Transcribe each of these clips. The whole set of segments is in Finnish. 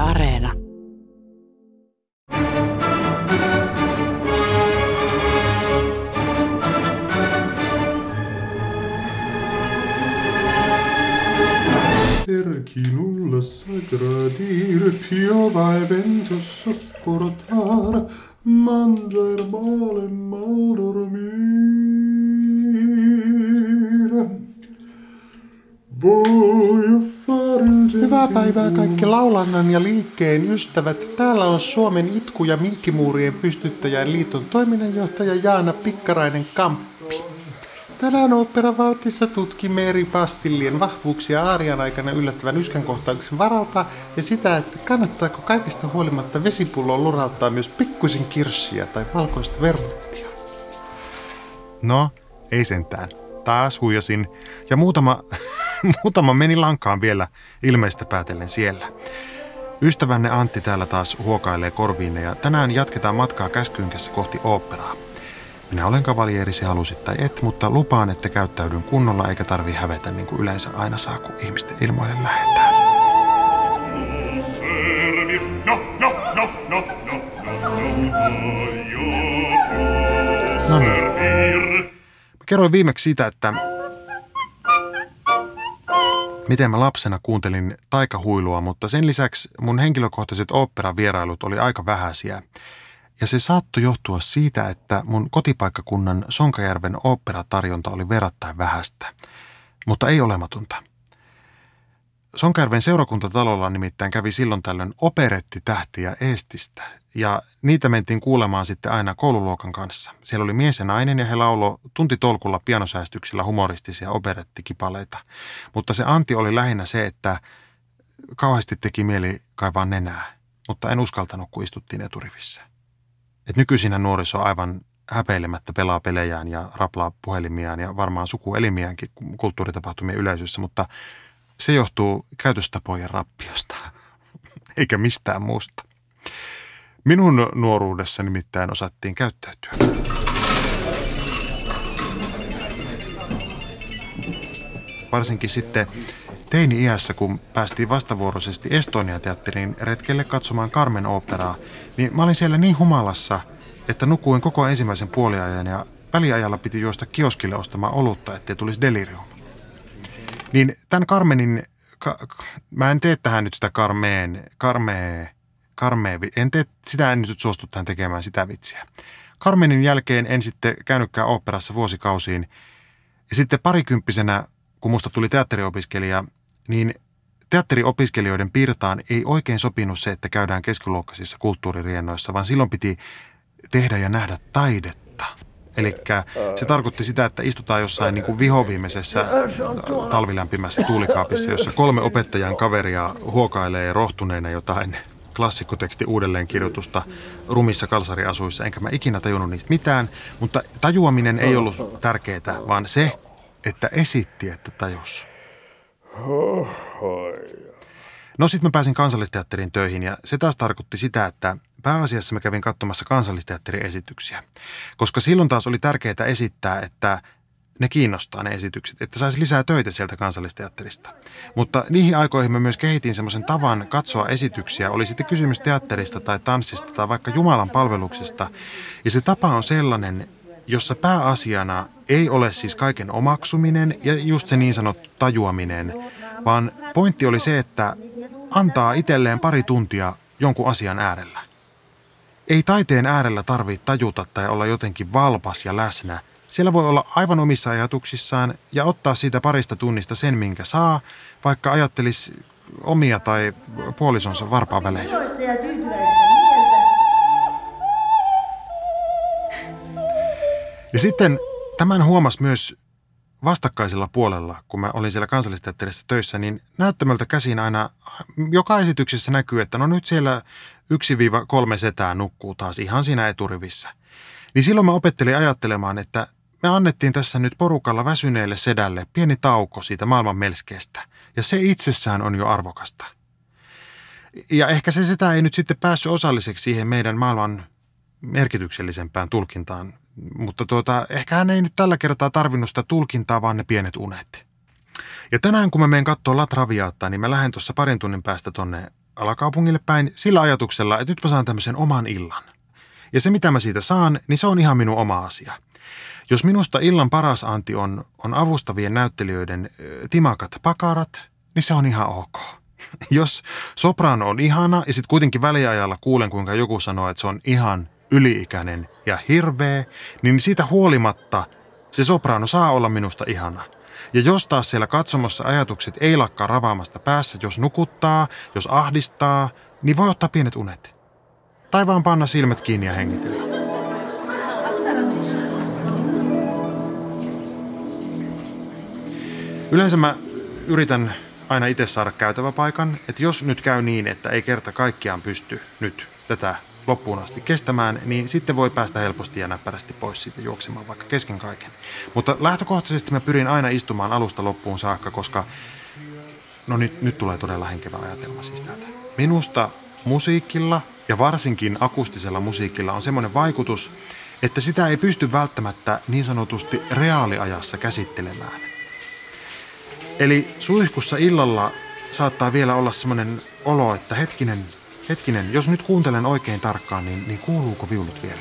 Areena. Per chi nulla saprà dire, piova e vento sopportar, mangiar male, mal dormire. Voglio fare il Hyvää päivää kaikki laulannan ja liikkeen ystävät. Täällä on Suomen itku- ja minkkimuurien pystyttäjän liiton toiminnanjohtaja Jaana Pikkarainen-Kamppi. Tänään Oopperavaltissa tutkimme eri pastillien vahvuuksia aarian aikana yllättävän yskänkohtauksen varalta ja sitä, että kannattaako kaikesta huolimatta vesipulloon lurauttaa myös pikkuisen kirssiä tai valkoista vermuttia. No, ei sentään. Taas huijasin. Ja muutama meni lankaan vielä ilmeistä päätellen siellä. Ystävänne Antti täällä taas huokailee korviinne ja tänään jatketaan matkaa Käskynkässä kohti oopperaa. Minä olen kavalierisi halusit tai et, mutta lupaan, että käyttäydyn kunnolla eikä tarvii hävetä niin kuin yleensä aina saa, kun ihmisten ilmoille lähetään. No niin. Mä kerroin viimeksi siitä, että miten mä lapsena kuuntelin taikahuilua, mutta sen lisäksi mun henkilökohtaiset oopperavierailut oli aika vähäisiä. Ja se saattoi johtua siitä, että mun kotipaikkakunnan Sonkajärven oopperatarjonta oli verrattain vähäistä, mutta ei olematonta. Sonkajärven seurakuntatalolla nimittäin kävi silloin tällöin operettitähtiä Eestistä, ja niitä mentiin kuulemaan sitten aina koululuokan kanssa. Siellä oli mies ja nainen, ja he lauloi tuntitolkulla pianosäästyksillä humoristisia operettikipaleita. Mutta se anti oli lähinnä se, että kauheasti teki mieli kaivaa nenää, mutta en uskaltanut, kun istuttiin eturivissä. Et nykyisinä nuoriso aivan häpeilemättä pelaa pelejään ja raplaa puhelimiaan ja varmaan sukuelimiäänkin kulttuuritapahtumien yleisössä, mutta se johtuu käytöstapojen rappiosta, eikä mistään muusta. Minun nuoruudessa nimittäin osattiin käyttäytyä. Varsinkin sitten teini-iässä, kun päästiin vastavuoroisesti Estonia-teatteriin retkelle katsomaan Carmen-oopperaa, niin mä olin siellä niin humalassa, että nukuin koko ensimmäisen puoliajan ja väliajalla piti juosta kioskille ostamaan olutta, ettei tulisi delirium. Niin tämän Carmenin, mä en tee tähän nyt sitä sitä en nyt suostu tähän tekemään sitä vitsiä. Carmenin jälkeen en sitten käynytkään oopperassa vuosikausiin ja sitten parikymppisenä, kun musta tuli teatteriopiskelija, niin teatteriopiskelijoiden piirtaan ei oikein sopinut se, että käydään keskiluokkaisissa kulttuuririennoissa, vaan silloin piti tehdä ja nähdä taidetta. Elikkä se tarkoitti sitä, että istutaan jossain niin kuin vihoviimeisessä talvilämpimässä tuulikaapissa, jossa 3 opettajan kaveria huokailee rohtuneena jotain klassikkoteksti uudelleenkirjoitusta rumissa kalsariasuissa, enkä mä ikinä tajunnut niistä mitään, mutta tajuaminen ei ollut tärkeää, vaan se, että esitti, että tajus. No sit mä pääsin Kansallisteatteriin töihin ja se taas tarkoitti sitä, että pääasiassa mä kävin katsomassa Kansallisteatterin esityksiä. Koska silloin taas oli tärkeää esittää, että ne kiinnostaa ne esitykset, että saisi lisää töitä sieltä Kansallisteatterista. Mutta niihin aikoihin mä myös kehitin semmoisen tavan katsoa esityksiä, oli sitten kysymys teatterista tai tanssista tai vaikka Jumalan palveluksesta. Ja se tapa on sellainen, jossa pääasiana ei ole siis kaiken omaksuminen ja just se niin sanottu tajuaminen, vaan pointti oli se, että antaa itselleen pari tuntia jonkun asian äärellä. Ei taiteen äärellä tarvitse tajuta tai olla jotenkin valpas ja läsnä. Siellä voi olla aivan omissa ajatuksissaan ja ottaa siitä parista tunnista sen, minkä saa, vaikka ajattelisi omia tai puolisonsa varpaanvälejä. Ja sitten tämän huomasi myös vastakkaisella puolella, kun mä olin siellä Kansallisteatterissa töissä, niin näyttämöltä käsin aina joka esityksessä näkyy, että no nyt siellä 1-3 setää nukkuu taas ihan siinä eturivissä. Niin silloin mä opettelin ajattelemaan, että me annettiin tässä nyt porukalla väsyneelle sedälle pieni tauko siitä maailman melskeestä. Ja se itsessään on jo arvokasta. Ja ehkä se setä ei nyt sitten päässyt osalliseksi siihen meidän maailman merkityksellisempään tulkintaan. Mutta ehkä hän ei nyt tällä kertaa tarvinnut sitä tulkintaa, vaan ne pienet unet. Ja tänään kun mä menen katsoa La Traviataa, niin mä lähden tuossa parin tunnin päästä tonne alakaupungille päin sillä ajatuksella, että nyt mä saan tämmöisen oman illan. Ja se mitä mä siitä saan, niin se on ihan minun oma asia. Jos minusta illan paras anti on avustavien näyttelijöiden timakat pakarat, niin se on ihan ok. Jos soprano on ihana ja sitten kuitenkin väliajalla kuulen, kuinka joku sanoo, että se on ihan yli-ikäinen ja hirveä, niin siitä huolimatta se soprano saa olla minusta ihana. Ja jos taas siellä katsomossa ajatukset ei lakkaa ravaamasta päässä, jos nukuttaa, jos ahdistaa, niin voi ottaa pienet unet. Tai vaan panna silmät kiinni ja hengitellä. Yleensä mä yritän aina itse saada käytäväpaikan, että jos nyt käy niin, että ei kerta kaikkiaan pysty nyt tätä loppuun asti kestämään, niin sitten voi päästä helposti ja näppärästi pois siitä juoksemaan vaikka kesken kaiken. Mutta lähtökohtaisesti mä pyrin aina istumaan alusta loppuun saakka, koska no nyt tulee todella henkevä ajatelma siis täältä. Minusta musiikilla ja varsinkin akustisella musiikilla on semmoinen vaikutus, että sitä ei pysty välttämättä niin sanotusti reaaliajassa käsittelemään. Eli suihkussa illalla saattaa vielä olla semmoinen olo, että hetkinen, jos nyt kuuntelen oikein tarkkaan, niin kuuluuko viulut vielä?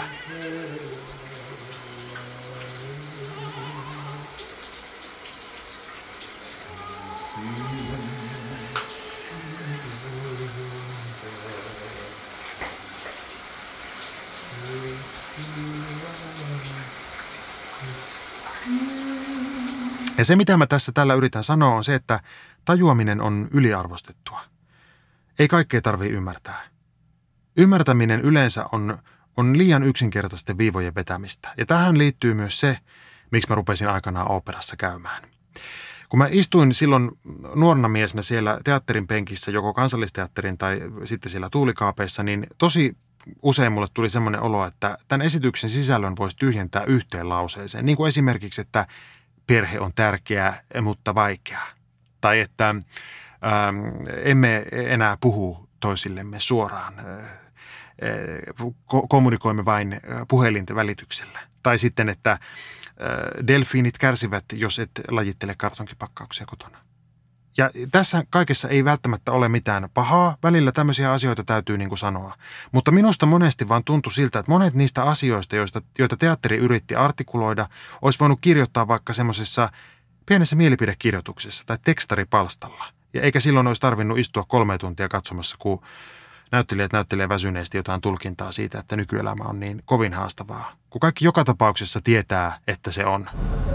Ja se, mitä mä tässä tällä yritän sanoa, on se, että tajuaminen on yliarvostettua. Ei kaikkea tarvitse ymmärtää. Ymmärtäminen yleensä on liian yksinkertaisten viivojen vetämistä. Ja tähän liittyy myös se, miksi mä rupesin aikanaan oopperassa käymään. Kun mä istuin silloin nuorena miesenä siellä teatterin penkissä, joko Kansallisteatterin tai sitten siellä Tuulikaapeissa, niin tosi usein mulle tuli semmoinen olo, että tämän esityksen sisällön voisi tyhjentää yhteen lauseeseen. Niin kuin esimerkiksi, että perhe on tärkeä, mutta vaikea. Tai että emme enää puhu toisillemme suoraan. Kommunikoimme vain puhelinten välityksellä. Tai sitten, että delfiinit kärsivät, jos et lajittele kartonkipakkauksia kotona. Ja tässä kaikessa ei välttämättä ole mitään pahaa. Välillä tämmöisiä asioita täytyy niin kuin sanoa. Mutta minusta monesti vaan tuntui siltä, että monet niistä asioista, joita teatteri yritti artikuloida, olisi voinut kirjoittaa vaikka semmoisessa pienessä mielipidekirjoituksessa tai tekstaripalstalla. Ja eikä silloin olisi tarvinnut istua 3 tuntia katsomassa, kun näyttelijät näyttelee väsyneesti jotain tulkintaa siitä, että nykyelämä on niin kovin haastavaa. Kun kaikki joka tapauksessa tietää, että se on.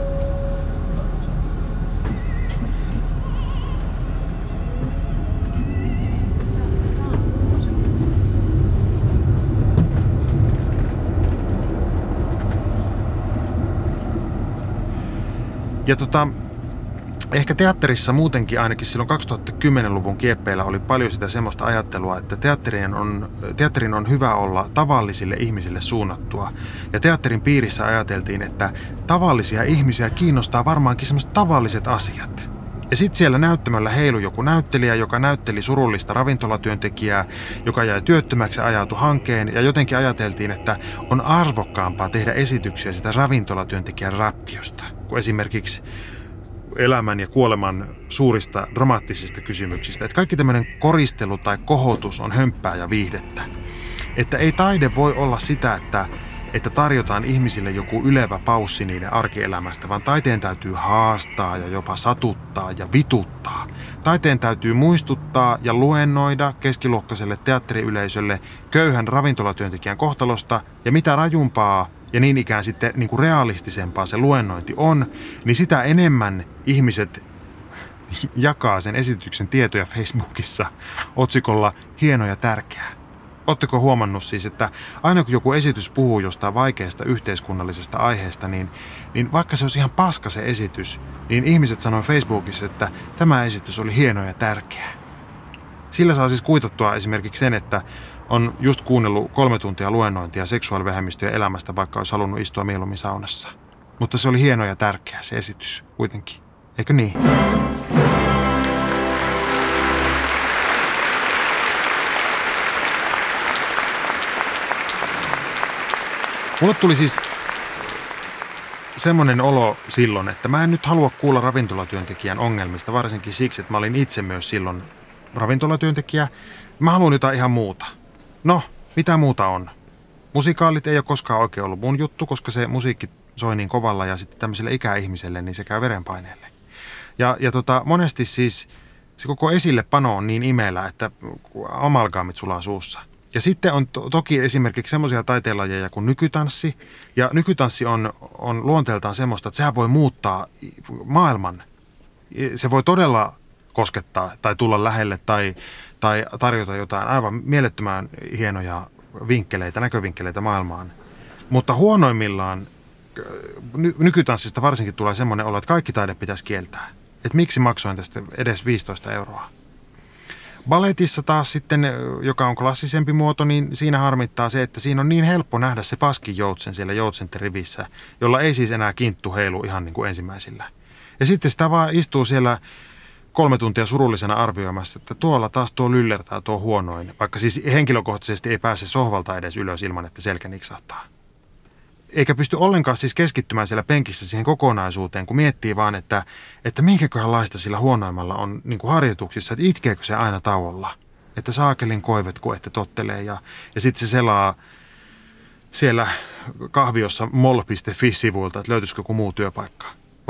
Ja ehkä teatterissa muutenkin ainakin silloin 2010-luvun kieppeillä oli paljon sitä semmoista ajattelua, että teatterin on hyvä olla tavallisille ihmisille suunnattua. Ja teatterin piirissä ajateltiin, että tavallisia ihmisiä kiinnostaa varmaankin semmoiset tavalliset asiat. Ja sitten siellä näyttämöllä heilui joku näyttelijä, joka näytteli surullista ravintolatyöntekijää, joka jäi työttömäksi ja ajautui hankeen. Ja jotenkin ajateltiin, että on arvokkaampaa tehdä esityksiä sitä ravintolatyöntekijän rappiosta, kuin esimerkiksi elämän ja kuoleman suurista dramaattisista kysymyksistä. Että kaikki tämmöinen koristelu tai kohotus on hömppää ja viihdettä. Että ei taide voi olla sitä, että tarjotaan ihmisille joku ylevä paussi niiden arkielämästä, vaan taiteen täytyy haastaa ja jopa satuttaa ja vituttaa. Taiteen täytyy muistuttaa ja luennoida keskiluokkaiselle teatteriyleisölle köyhän ravintolatyöntekijän kohtalosta, ja mitä rajumpaa ja niin ikään sitten niin kuin realistisempaa se luennointi on, niin sitä enemmän ihmiset jakaa sen esityksen tietoja Facebookissa otsikolla hieno ja tärkeää. Oletteko huomannut siis, että aina kun joku esitys puhuu jostain vaikeasta yhteiskunnallisesta aiheesta, niin vaikka se olisi ihan paska se esitys, niin ihmiset sanoo Facebookissa, että tämä esitys oli hieno ja tärkeä. Sillä saa siis kuitattua esimerkiksi sen, että on just kuunnellut 3 tuntia luennointia seksuaalivähemmistöjen elämästä, vaikka olisi halunnut istua mieluummin saunassa. Mutta se oli hieno ja tärkeä se esitys kuitenkin. Eikö niin? Mulle tuli siis semmoinen olo silloin, että mä en nyt halua kuulla ravintolatyöntekijän ongelmista, varsinkin siksi, että mä olin itse myös silloin ravintolatyöntekijä. Mä haluan jotain ihan muuta. No, mitä muuta on? Musikaalit ei ole koskaan oikein ollut mun juttu, koska se musiikki soi niin kovalla ja sitten tämmöiselle ikäihmiselle, niin se käy verenpaineelle. Ja monesti siis se koko esillepano on niin imeellä, että amalgaamit sulaa suussa. Ja sitten on toki esimerkiksi semmoisia taiteenlajeja kuin nykytanssi. Ja nykytanssi on luonteeltaan semmoista, että sehän voi muuttaa maailman. Se voi todella koskettaa tai tulla lähelle tai tarjota jotain aivan mielettömän hienoja näkövinkkeleitä maailmaan. Mutta huonoimmillaan nykytanssista varsinkin tulee semmoinen olo, että kaikki taide pitäisi kieltää. Että miksi maksoin tästä edes 15 euroa. Balletissa taas sitten, joka on klassisempi muoto, niin siinä harmittaa se, että siinä on niin helppo nähdä se paskin joutsen siellä joutsenten rivissä, jolla ei siis enää kinttu heilu ihan niin kuin ensimmäisillä. Ja sitten sitä vaan istuu siellä 3 tuntia surullisena arvioimassa, että tuolla taas tuo lyllertää tuo huonoin, vaikka siis henkilökohtaisesti ei pääse sohvalta edes ylös ilman, että selkä niksahtaa. Eikä pysty ollenkaan siis keskittymään siellä penkissä siihen kokonaisuuteen, kun miettii vaan, että minkäköhän laista sillä huonoimmalla on niin kuin harjoituksissa, että itkeekö se aina tauolla. Että saakelin koivet, kun ette tottelee ja sitten se selaa siellä kahviossa mol.fi-sivuilta, että löytyisikö joku muu työpaikka.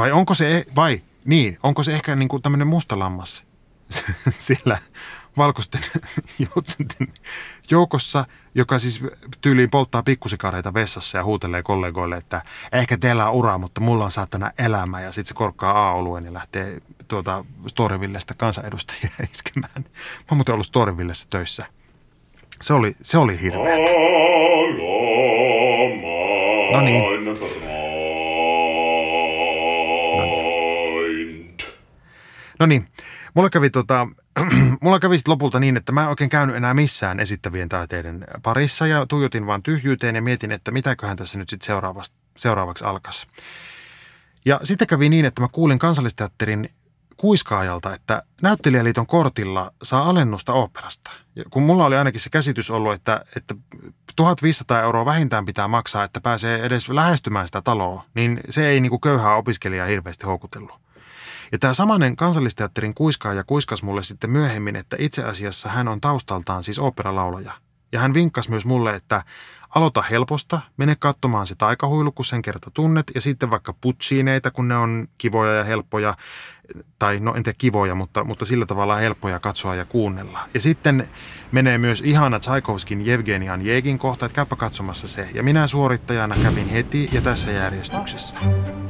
Onko se ehkä niin kuin tämmöinen mustalammas siellä valkoisten joutsenten joukossa, joka siis tyyliin polttaa pikkusikareita vessassa ja huutelee kollegoille, että ehkä teillä on uraa, mutta mulla on saatana elämä. Ja sitten se korkkaa A-oluen ja lähtee Storyvillestä kansanedustajia iskemään. Mä oon muuten ollut Storyvillessä töissä. Se oli hirveä. No niin. No niin, mulla kävi sitten lopulta niin, että mä en oikein käynyt enää missään esittävien taiteiden parissa ja tuijotin vaan tyhjyyteen ja mietin, että mitäköhän tässä nyt sitten seuraavaksi alkaisi. Ja sitten kävi niin, että mä kuulin Kansallisteatterin kuiskaajalta, että Näyttelijäliiton kortilla saa alennusta oopperasta. Ja kun mulla oli ainakin se käsitys ollut, että 1500 € vähintään pitää maksaa, että pääsee edes lähestymään sitä taloa, niin se ei niinku köyhää opiskelijaa hirveästi houkutellut. Ja tämä samainen Kansallisteatterin kuiskaaja kuiskasi mulle sitten myöhemmin, että itse asiassa hän on taustaltaan siis oopperalaulaja. Ja hän vinkkasi myös mulle, että aloita helposta, mene katsomaan se taikahuilu, kun sen kerta tunnet, ja sitten vaikka putsiineita, kun ne on kivoja ja helppoja, tai no en tiedä kivoja, mutta sillä tavalla helppoja katsoa ja kuunnella. Ja sitten menee myös ihana Tsaikovskin Jevgeni Onjegin kohta, että käypä katsomassa se. Ja minä suorittajana kävin heti ja tässä järjestyksessä.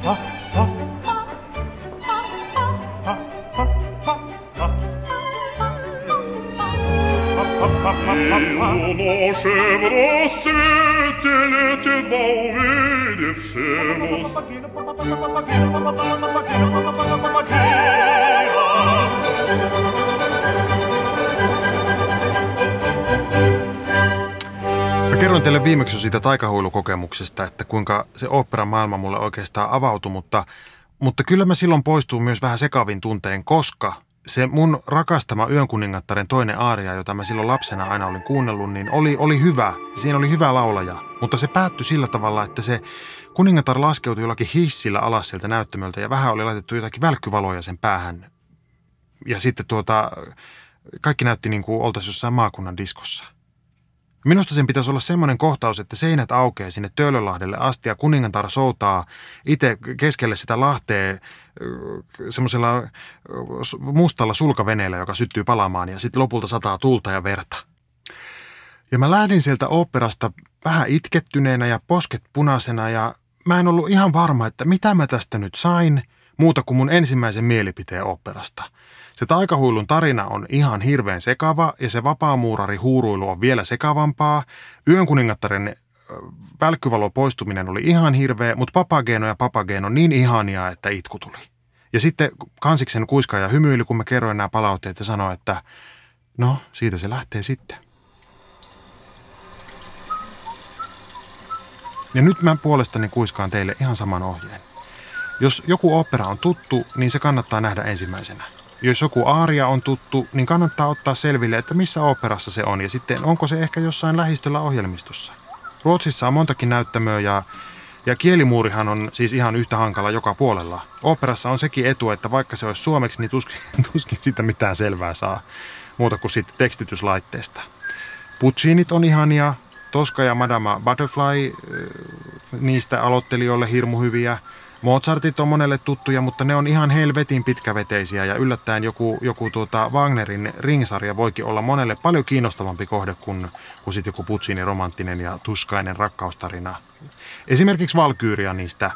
Mä kerroin teille viimeksi jo siitä taikahuilukokemuksesta, että kuinka se oopperan maailma mulle oikeastaan avautui, mutta kyllä mä silloin poistuu myös vähän sekavin tunteen, koska se mun rakastama Yönkuningattaren toinen aaria, jota mä silloin lapsena aina olin kuunnellut, niin oli hyvä. Siinä oli hyvä laulaja, mutta se päättyi sillä tavalla, että se kuningatar laskeutui jollakin hissillä alas sieltä näyttämöltä ja vähän oli laitettu jotakin välkkyvaloja sen päähän. Ja sitten kaikki näytti niin kuin oltaisiin jossain maakunnan diskossa. Minusta sen pitäisi olla semmoinen kohtaus, että seinät aukeaa sinne Töölönlahdelle asti ja kuningatar soutaa itse keskelle sitä lahtea semmoisella mustalla sulkaveneellä, joka syttyy palaamaan ja sitten lopulta sataa tulta ja verta. Ja mä lähdin sieltä oopperasta vähän itkettyneenä ja posket punaisena ja mä en ollut ihan varma, että mitä mä tästä nyt sain muuta kuin mun ensimmäisen mielipiteen oopperasta. Se taikahuilun tarina on ihan hirveän sekava ja se vapaamuurari huuruilu on vielä sekavampaa. Yönkuningattaren välkkyvalo poistuminen oli ihan hirveä, mutta Papageno ja Papageno niin ihania, että itku tuli. Ja sitten Kansiksen kuiskaaja hymyili, kun mä kerroin nämä palautteet ja sanoi, että no, siitä se lähtee sitten. Ja nyt mä puolestani kuiskaan teille ihan saman ohjeen. Jos joku opera on tuttu, niin se kannattaa nähdä ensimmäisenä. Jos joku aaria on tuttu, niin kannattaa ottaa selville, että missä oopperassa se on ja sitten onko se ehkä jossain lähistöllä ohjelmistossa. Ruotsissa on montakin näyttämöä ja Ja kielimuurihan on siis ihan yhtä hankala joka puolella. Oopperassa on sekin etu, että vaikka se olisi suomeksi, niin tuskin siitä mitään selvää saa muuta kuin sitten tekstityslaitteesta. Puccinit on ihania, Tosca ja Madama Butterfly, niistä aloittelijoille hirmu hyviä. Mozartit on monelle tuttuja, mutta ne on ihan helvetin pitkäveteisiä ja yllättäen joku Wagnerin Ring-sarja voikin olla monelle paljon kiinnostavampi kohde kuin sitten joku Puccinin romanttinen ja tuskainen rakkaustarina. Esimerkiksi Valkyria niistä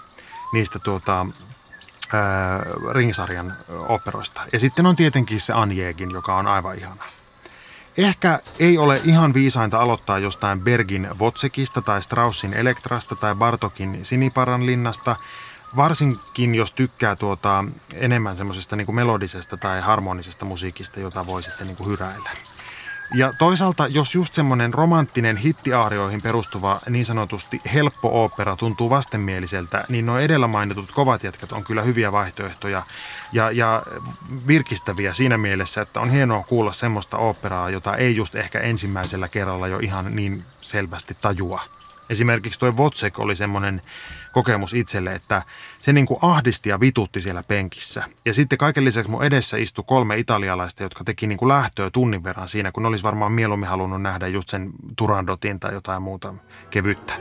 Ring-sarjan operoista. Ja sitten on tietenkin se Onegin, joka on aivan ihana. Ehkä ei ole ihan viisainta aloittaa jostain Bergin Wozzeckista tai Straussin Elektrasta tai Bartokin Siniparan linnasta, varsinkin jos tykkää enemmän semmoisesta niin kuin melodisesta tai harmonisesta musiikista, jota voi sitten niin kuin hyräillä. Ja toisaalta, jos just semmoinen romanttinen hittiaarioihin perustuva niin sanotusti helppo ooppera tuntuu vastenmieliseltä, niin nuo edellä mainitut kovat jätkät on kyllä hyviä vaihtoehtoja ja virkistäviä siinä mielessä, että on hienoa kuulla semmoista oopperaa, jota ei just ehkä ensimmäisellä kerralla jo ihan niin selvästi tajua. Esimerkiksi toi Wozzeck oli semmoinen kokemus itselle, että se niin kuin ahdisti ja vitutti siellä penkissä. Ja sitten kaiken lisäksi mun edessä istui 3 italialaista, jotka teki niin kuin lähtöä tunnin verran siinä, kun ne olisi varmaan mieluummin halunnut nähdä just sen Turandotin tai jotain muuta kevyttä.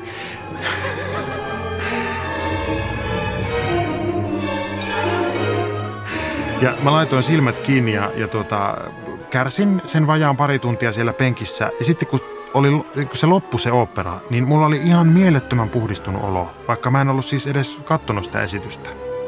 Ja mä laitoin silmät kiinni ja kärsin sen vajaan pari tuntia siellä penkissä. Ja sitten kun se loppui se ooppera, niin mulla oli ihan mielettömän puhdistunut olo, vaikka mä en ollut siis edes katsonut sitä esitystä.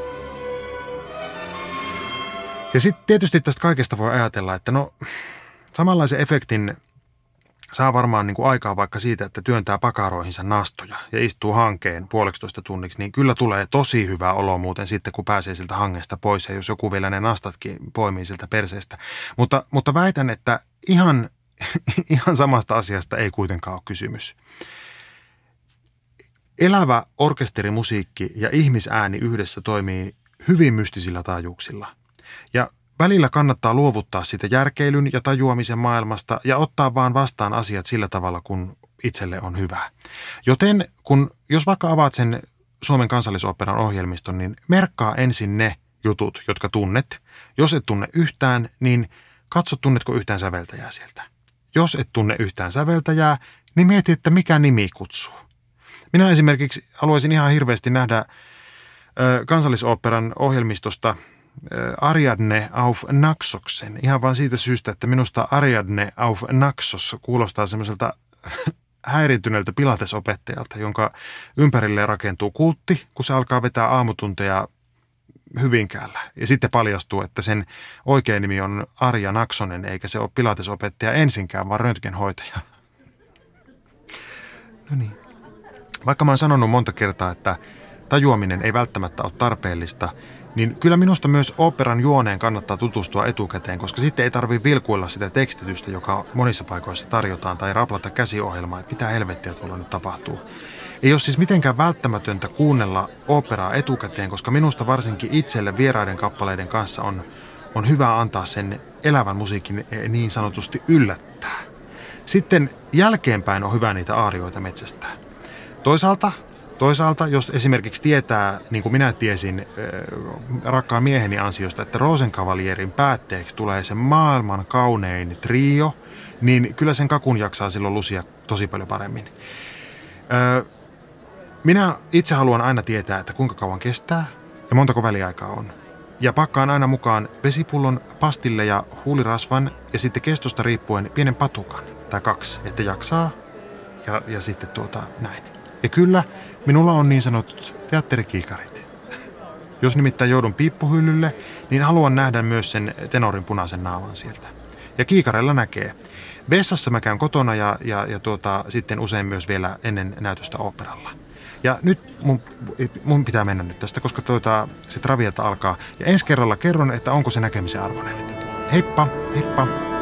Ja sitten tietysti tästä kaikesta voi ajatella, että no samanlaisen efektin saa varmaan niin kuin aikaa vaikka siitä, että työntää pakaroihinsa nastoja ja istuu hankeen 1,5 tunniksi, niin kyllä tulee tosi hyvä olo muuten sitten, kun pääsee siltä hangesta pois ja jos joku vielä ne nastatkin poimii siltä perseestä. Mutta väitän, että ihan samasta asiasta ei kuitenkaan ole kysymys. Elävä orkesterimusiikki ja ihmisääni yhdessä toimii hyvin mystisillä taajuuksilla. Ja välillä kannattaa luovuttaa sitä järkeilyn ja tajuamisen maailmasta ja ottaa vaan vastaan asiat sillä tavalla, kun itselle on hyvä. Joten jos vaikka avaat sen Suomen Kansallisoopperan ohjelmiston, niin merkkaa ensin ne jutut, jotka tunnet. Jos et tunne yhtään, niin katso, tunnetko yhtään säveltäjää sieltä. Jos et tunne yhtään säveltäjää, niin mieti, että mikä nimi kutsuu. Minä esimerkiksi haluaisin ihan hirveästi nähdä Kansallisoopperan ohjelmistosta Ariadne auf Naxosen. Ihan vaan siitä syystä, että minusta Ariadne auf Naxos kuulostaa semmoiselta häiriintyneeltä pilatesopettajalta, jonka ympärille rakentuu kultti, kun se alkaa vetää aamutunteja Hyvinkäällä. Ja sitten paljastuu, että sen oikea nimi on Arja Naksonen, eikä se ole pilatesopettaja ensinkään, vaan röntgenhoitaja. No niin. Vaikka mä oon sanonut monta kertaa, että tajuaminen ei välttämättä ole tarpeellista, niin kyllä minusta myös oopperan juoneen kannattaa tutustua etukäteen, koska sitten ei tarvitse vilkuilla sitä tekstitystä, joka monissa paikoissa tarjotaan, tai raplata käsiohjelmaa, että mitä helvettiä tuolla nyt tapahtuu. Ei ole siis mitenkään välttämätöntä kuunnella oopperaa etukäteen, koska minusta varsinkin itselle vieraiden kappaleiden kanssa on hyvä antaa sen elävän musiikin niin sanotusti yllättää. Sitten jälkeenpäin on hyvä niitä aarioita metsästää. Toisaalta, jos esimerkiksi tietää, niin kuin minä tiesin rakkaan mieheni ansiosta, että Rosenkavalierin päätteeksi tulee se maailman kaunein trio, niin kyllä sen kakun jaksaa silloin lusia tosi paljon paremmin. Minä itse haluan aina tietää, että kuinka kauan kestää ja montako väliaikaa on. Ja pakkaan aina mukaan vesipullon, pastille ja huulirasvan ja sitten kestosta riippuen pienen patukan tai 2, että jaksaa ja sitten näin. Ja kyllä, minulla on niin sanotut teatterikiikarit. Jos nimittäin joudun piippuhyllylle, niin haluan nähdä myös sen tenorin punaisen naaman sieltä. Ja kiikarella näkee. Vessassa mä käyn kotona ja sitten usein myös vielä ennen näytöstä oopperalla. Ja nyt mun pitää mennä nyt tästä, koska se Traviata alkaa. Ja ensi kerralla kerron, että onko se näkemisen arvoinen. Heippa, heippa.